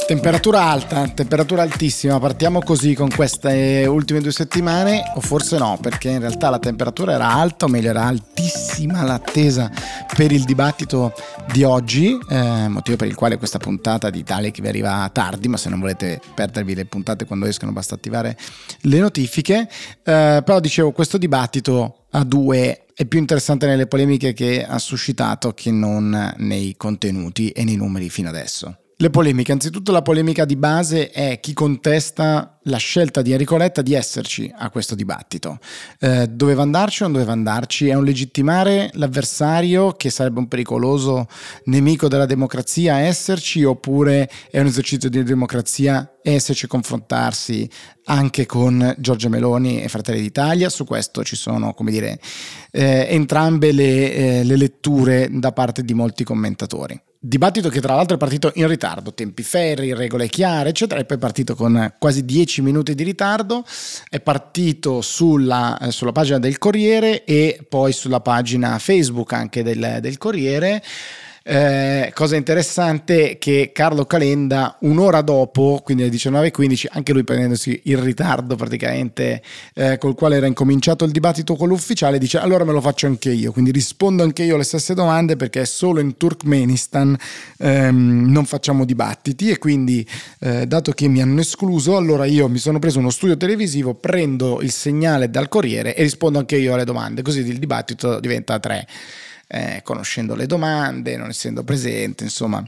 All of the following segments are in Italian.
Temperatura alta, temperatura altissima, partiamo così con queste ultime 2 settimane, o forse no, perché in realtà la temperatura era alta, o meglio era altissima l'attesa per il dibattito di oggi, motivo per il quale questa puntata di Italia che vi arriva tardi, ma se non volete perdervi le puntate quando escono basta attivare le notifiche, però dicevo, questo dibattito a due è più interessante nelle polemiche che ha suscitato che non nei contenuti e nei numeri fino adesso. Le polemiche, anzitutto la polemica di base è chi contesta la scelta di Enrico Letta di esserci a questo dibattito. Doveva andarci o non doveva andarci? È un legittimare l'avversario che sarebbe un pericoloso nemico della democrazia esserci, oppure è un esercizio di democrazia esserci e confrontarsi anche con Giorgia Meloni e Fratelli d'Italia? Su questo ci sono, come dire, entrambe le letture da parte di molti commentatori. Dibattito che tra l'altro è partito in ritardo, tempi ferri, regole chiare, eccetera, e poi è partito con quasi 10 minuti di ritardo, è partito sulla pagina del Corriere e poi sulla pagina Facebook anche del Corriere. Cosa interessante che Carlo Calenda un'ora dopo, quindi alle 19:15, anche lui prendendosi il ritardo praticamente col quale era incominciato il dibattito con l'ufficiale, dice allora me lo faccio anche io, quindi rispondo anche io alle stesse domande perché solo in Turkmenistan non facciamo dibattiti, e quindi dato che mi hanno escluso, allora io mi sono preso uno studio televisivo, prendo il segnale dal Corriere e rispondo anche io alle domande, così il dibattito diventa 3. Conoscendo le domande, non essendo presente, insomma,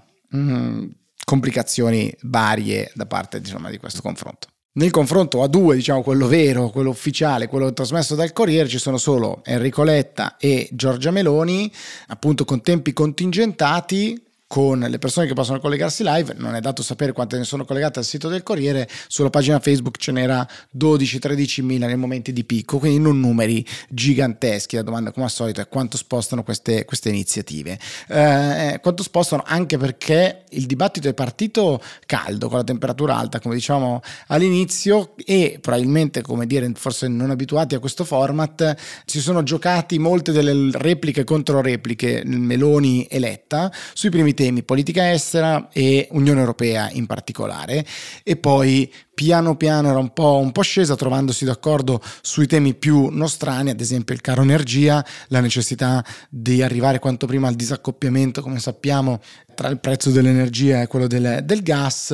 complicazioni varie da parte, diciamo, di questo confronto. Nel confronto a due, diciamo, quello vero, quello ufficiale, quello trasmesso dal Corriere, ci sono solo Enrico Letta e Giorgia Meloni, appunto con tempi contingentati, con le persone che possono collegarsi live. Non è dato sapere quante ne sono collegate al sito del Corriere, sulla pagina Facebook ce n'era 12-13 mila nei momenti di picco, quindi non numeri giganteschi. La domanda, come al solito, è quanto spostano queste iniziative, quanto spostano, anche perché il dibattito è partito caldo, con la temperatura alta, come diciamo all'inizio, e probabilmente, come dire, forse non abituati a questo format, si sono giocati molte delle repliche contro repliche Meloni e Letta sui primi temi, politica estera e Unione Europea in particolare, e poi piano piano era un po' scesa, trovandosi d'accordo sui temi più nostrani, ad esempio il caro energia, la necessità di arrivare quanto prima al disaccoppiamento, come sappiamo, tra il prezzo dell'energia e quello del gas,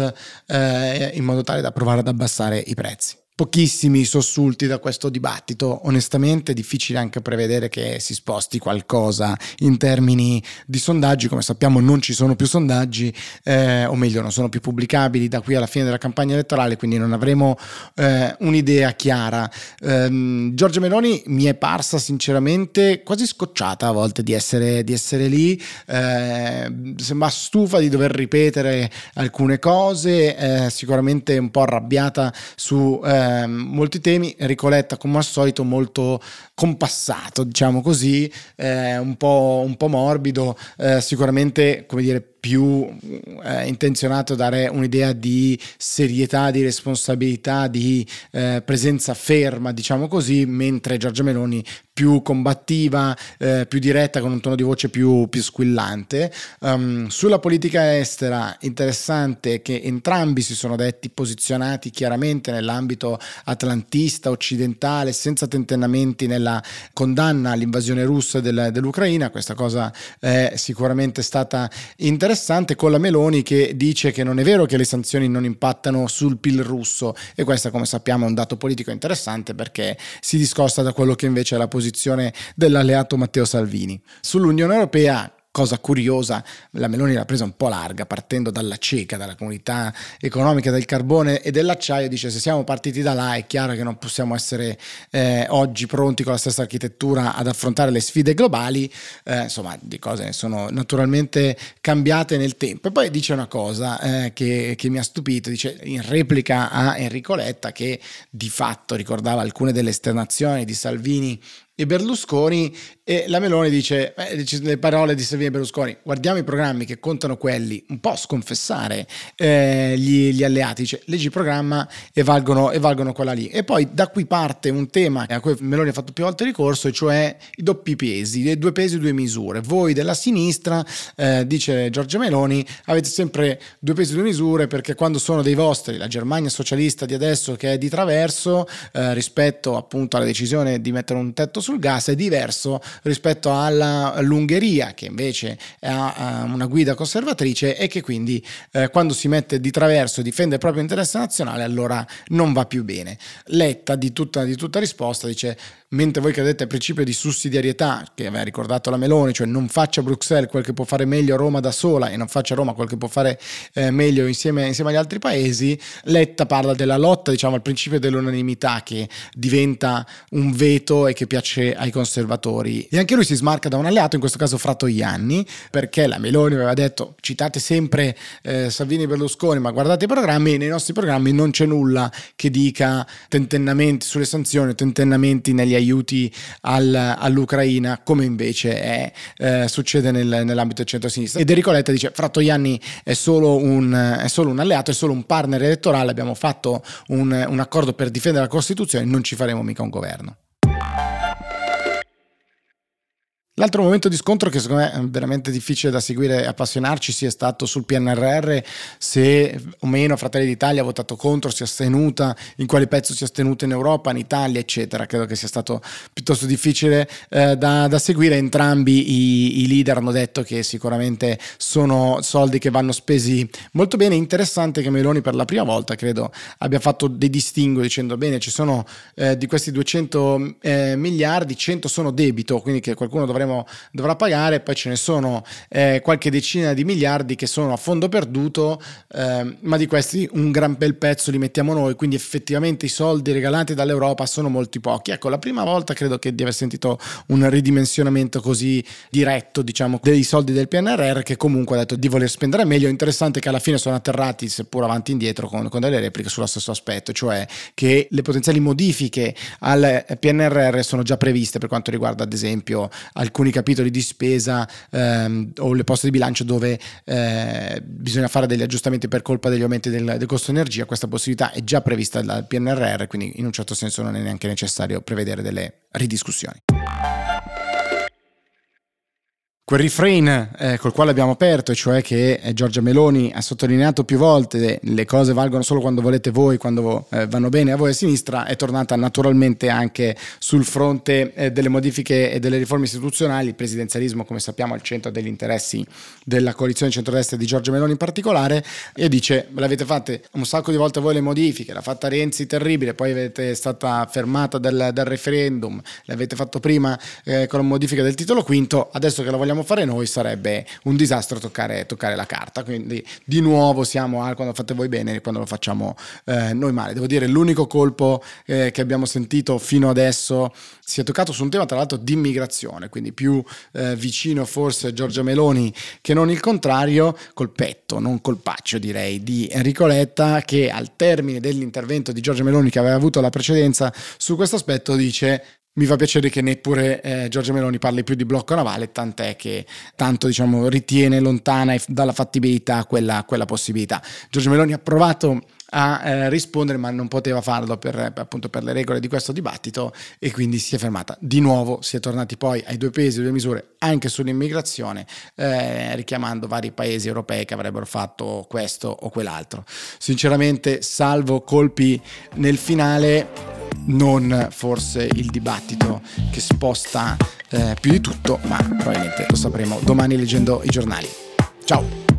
in modo tale da provare ad abbassare i prezzi. Pochissimi sussulti da questo dibattito, onestamente è difficile anche prevedere che si sposti qualcosa in termini di sondaggi. Come sappiamo non ci sono più sondaggi, o meglio non sono più pubblicabili da qui alla fine della campagna elettorale, quindi non avremo un'idea chiara. Giorgia Meloni mi è parsa sinceramente quasi scocciata a volte di essere lì, sembra stufa di dover ripetere alcune cose, sicuramente un po' arrabbiata su molti temi. Enrico Letta, come al solito, molto compassato, diciamo così, un po' morbido, sicuramente, come dire, più intenzionato a dare un'idea di serietà, di responsabilità, di presenza ferma, diciamo così, mentre Giorgia Meloni più combattiva, più diretta, con un tono di voce più squillante. Sulla politica estera, interessante che entrambi si sono detti posizionati chiaramente nell'ambito atlantista, occidentale, senza tentennamenti nella condanna all'invasione russa dell'Ucraina. Questa cosa è sicuramente stata interessante, con la Meloni che dice che non è vero che le sanzioni non impattano sul PIL russo, e questo, come sappiamo, è un dato politico interessante perché si discosta da quello che invece è la posizione dell'alleato Matteo Salvini. Sull'Unione Europea, cosa curiosa, la Meloni l'ha presa un po' larga, partendo dalla CECA, dalla Comunità Economica del Carbone e dell'Acciaio. Dice: se siamo partiti da là è chiaro che non possiamo essere oggi pronti con la stessa architettura ad affrontare le sfide globali. Insomma, di cose sono naturalmente cambiate nel tempo. E poi dice una cosa che mi ha stupito, dice, in replica a Enrico Letta, che di fatto ricordava alcune delle esternazioni di Salvini e Berlusconi, e la Meloni dice le parole di Salvini e Berlusconi: guardiamo i programmi che contano quelli, un po' sconfessare gli alleati, dice leggi il programma e valgono quella lì. E poi da qui parte un tema a cui Meloni ha fatto più volte ricorso, e cioè i doppi pesi, le 2 pesi 2 misure. Voi della sinistra, dice Giorgia Meloni, avete sempre 2 pesi 2 misure, perché quando sono dei vostri, la Germania socialista di adesso che è di traverso, rispetto appunto alla decisione di mettere un tetto sul gas, è diverso rispetto all'Ungheria, che invece ha una guida conservatrice e che quindi quando si mette di traverso e difende il proprio interesse nazionale, allora non va più bene. Letta di tutta risposta dice: mentre voi credete al principio di sussidiarietà che aveva ricordato la Meloni, cioè non faccia Bruxelles quel che può fare meglio Roma da sola e non faccia Roma quel che può fare meglio insieme agli altri paesi, Letta parla della lotta, diciamo, al principio dell'unanimità, che diventa un veto e che piace ai conservatori. E anche lui si smarca da un alleato, in questo caso Fratoianni, perché la Meloni aveva detto: citate sempre Salvini e Berlusconi, ma guardate i programmi, nei nostri programmi non c'è nulla che dica tentennamenti sulle sanzioni, tentennamenti negli aiuti all'Ucraina, come invece succede nell'ambito del centro-sinistra. Ed Enrico Letta dice: Fratoianni è solo un alleato, è solo un partner elettorale, abbiamo fatto un accordo per difendere la Costituzione, non ci faremo mica un governo. L'altro momento di scontro che secondo me è veramente difficile da seguire e appassionarci è stato sul PNRR, se o meno Fratelli d'Italia ha votato contro, si è astenuta, in quale pezzo si è astenuta in Europa, in Italia, eccetera. Credo che sia stato piuttosto difficile da seguire. Entrambi i leader hanno detto che sicuramente sono soldi che vanno spesi molto bene. Interessante che Meloni per la prima volta, credo, abbia fatto dei distinguo dicendo: bene, ci sono di questi 200 miliardi, 100 sono debito, quindi che qualcuno dovrà pagare, poi ce ne sono qualche decina di miliardi che sono a fondo perduto, ma di questi un gran bel pezzo li mettiamo noi, quindi effettivamente i soldi regalati dall'Europa sono molti pochi. Ecco, la prima volta credo che di aver sentito un ridimensionamento così diretto, diciamo, dei soldi del PNRR, che comunque ha detto di voler spendere meglio. Interessante che alla fine sono atterrati, seppur avanti e indietro, con delle repliche sullo stesso aspetto, cioè che le potenziali modifiche al PNRR sono già previste per quanto riguarda ad esempio alcuni capitoli di spesa o le poste di bilancio dove bisogna fare degli aggiustamenti per colpa degli aumenti del costo energia. Questa possibilità è già prevista dal PNRR, quindi in un certo senso non è neanche necessario prevedere delle ridiscussioni. Quel refrain col quale abbiamo aperto, cioè che Giorgia Meloni ha sottolineato più volte: le cose valgono solo quando volete voi, quando vanno bene a voi a sinistra, è tornata naturalmente anche sul fronte delle modifiche e delle riforme istituzionali. Il presidenzialismo, come sappiamo, è al centro degli interessi della coalizione centrodestra di Giorgia Meloni in particolare, e dice: l'avete fatte un sacco di volte voi le modifiche, l'ha fatta Renzi terribile, poi avete stata fermata dal referendum, l'avete fatto prima con la modifica del titolo quinto, adesso che la vogliamo fare noi sarebbe un disastro toccare la carta. Quindi di nuovo siamo quando fate voi bene e quando lo facciamo noi male. Devo dire, l'unico colpo che abbiamo sentito fino adesso si è toccato su un tema tra l'altro di immigrazione, quindi più vicino forse a Giorgia Meloni che non il contrario, col petto, non col paccio direi, di Enrico Letta, che al termine dell'intervento di Giorgia Meloni, che aveva avuto la precedenza su questo aspetto, dice: mi fa piacere che neppure Giorgia Meloni parli più di blocco navale, tant'è che tanto, diciamo, ritiene lontana dalla fattibilità quella possibilità. Giorgia Meloni ha provato a rispondere, ma non poteva farlo appunto per le regole di questo dibattito, e quindi si è fermata. Di nuovo si è tornati poi ai 2 pesi 2 misure anche sull'immigrazione, richiamando vari paesi europei che avrebbero fatto questo o quell'altro. Sinceramente, salvo colpi nel finale, non forse il dibattito che sposta più di tutto, ma probabilmente lo sapremo domani leggendo i giornali. Ciao!